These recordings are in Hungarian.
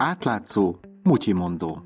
Átlátszó, mutyimondó.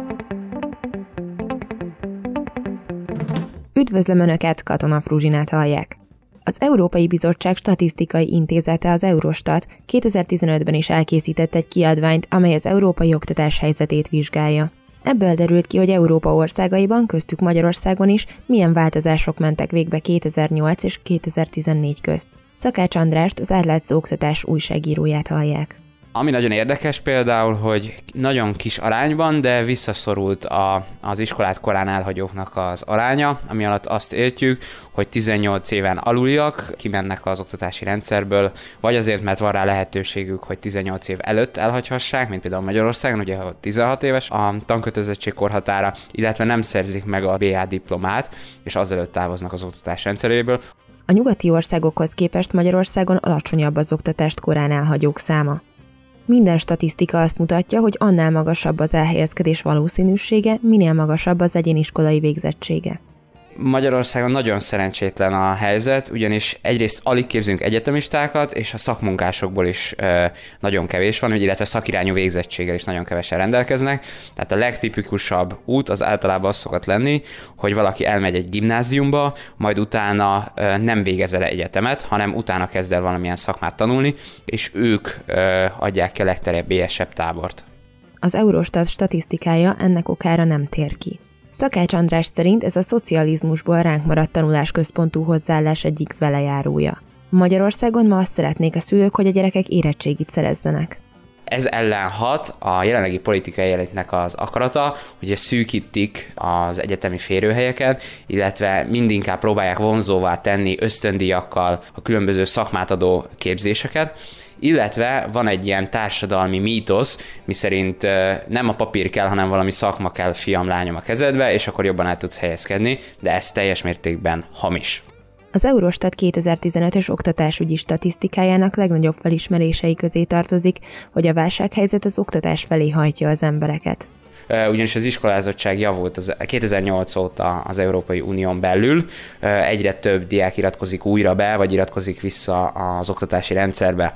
Üdvözlöm Önöket, Katona Fruzsinát hallják. Az Európai Bizottság Statisztikai Intézete, az Eurostat 2015-ben is elkészített egy kiadványt, amely az európai oktatás helyzetét vizsgálja. Ebből derült ki, hogy Európa országaiban, köztük Magyarországon is, milyen változások mentek végbe 2008 és 2014 közt. Szakács Andrást, az Átlátszó oktatás újságíróját hallják. Ami nagyon érdekes például, hogy nagyon kis arányban, de visszaszorult az iskolát korán elhagyóknak az aránya, ami alatt azt értjük, hogy 18 éven aluliak kimennek az oktatási rendszerből, vagy azért, mert van rá lehetőségük, hogy 18 év előtt elhagyhassák, mint például Magyarországon, ugye 16 éves a tankötelezettség korhatára, illetve nem szerzik meg a BA diplomát, és azelőtt távoznak az oktatás rendszeréből. A nyugati országokhoz képest Magyarországon alacsonyabb az oktatást korán elhagyók száma. Minden statisztika azt mutatja, hogy annál magasabb az elhelyezkedés valószínűsége, minél magasabb az egyén iskolai végzettsége. Magyarországon nagyon szerencsétlen a helyzet, ugyanis egyrészt alig képzünk egyetemistákat, és a szakmunkásokból is nagyon kevés van, illetve szakirányú végzettséggel is nagyon kevesen rendelkeznek. Tehát a legtipikusabb út az általában az szokott lenni, hogy valaki elmegy egy gimnáziumba, majd utána nem végez el egyetemet, hanem utána kezd el valamilyen szakmát tanulni, és ők adják ki a legterebélyesebb tábort. Az Eurostat statisztikája ennek okára nem tér ki. Szakács András szerint ez a szocializmusból ránk maradt tanulásközpontú hozzáállás egyik velejárója. Magyarországon ma azt szeretnék a szülők, hogy a gyerekek érettségit szerezzenek. Ez ellen hat a jelenlegi politikai elitnek az akarata, hogy szűkítik az egyetemi férőhelyeket, illetve mindinkább próbálják vonzóvá tenni ösztöndíjakkal a különböző szakmát adó képzéseket, illetve van egy ilyen társadalmi mítosz, miszerint nem a papír kell, hanem valami szakma kell, fiam, lányom, a kezedbe, és akkor jobban el tudsz helyezkedni, de ez teljes mértékben hamis. Az Eurostat 2015-ös oktatásügyi statisztikájának legnagyobb felismerései közé tartozik, hogy a válsághelyzet az oktatás felé hajtja az embereket. Ugyanis az iskolázottság javult 2008 óta az Európai Unión belül, egyre több diák iratkozik újra be, vagy iratkozik vissza az oktatási rendszerbe.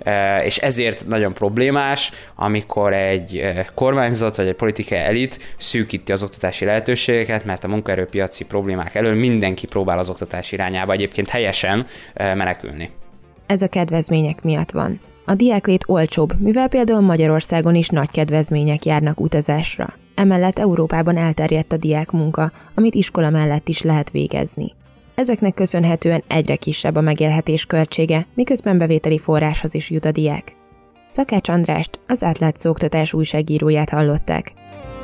És ezért nagyon problémás, amikor egy kormányzat vagy egy politikai elit szűkíti az oktatási lehetőségeket, mert a munkaerőpiaci problémák elől mindenki próbál az oktatás irányába egyébként helyesen menekülni. Ez a kedvezmények miatt van. A diáklét olcsóbb, mivel például Magyarországon is nagy kedvezmények járnak utazásra. Emellett Európában elterjedt a diákmunka, amit iskola mellett is lehet végezni. Ezeknek köszönhetően egyre kisebb a megélhetés költsége, miközben bevételi forráshoz is jut a diák. Szakács Andrást, az Átlátszó oktatás újságíróját hallották.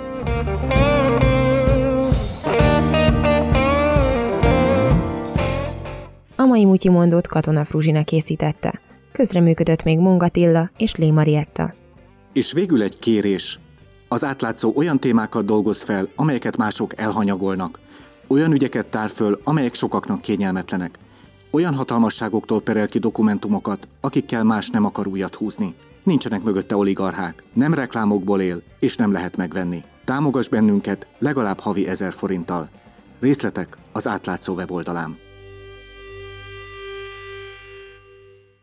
A mai mutyimondót Katona Fruzsina készítette. Közreműködött még Mong Attila és Lé Marietta. És végül egy kérés. Az Átlátszó olyan témákat dolgoz fel, amelyeket mások elhanyagolnak. Olyan ügyeket tár föl, amelyek sokaknak kényelmetlenek. Olyan hatalmasságoktól perel ki dokumentumokat, akikkel más nem akar újat húzni. Nincsenek mögötte oligarchák, nem reklámokból él, és nem lehet megvenni. Támogass bennünket legalább havi 1000 forinttal. Részletek az Átlátszó weboldalán.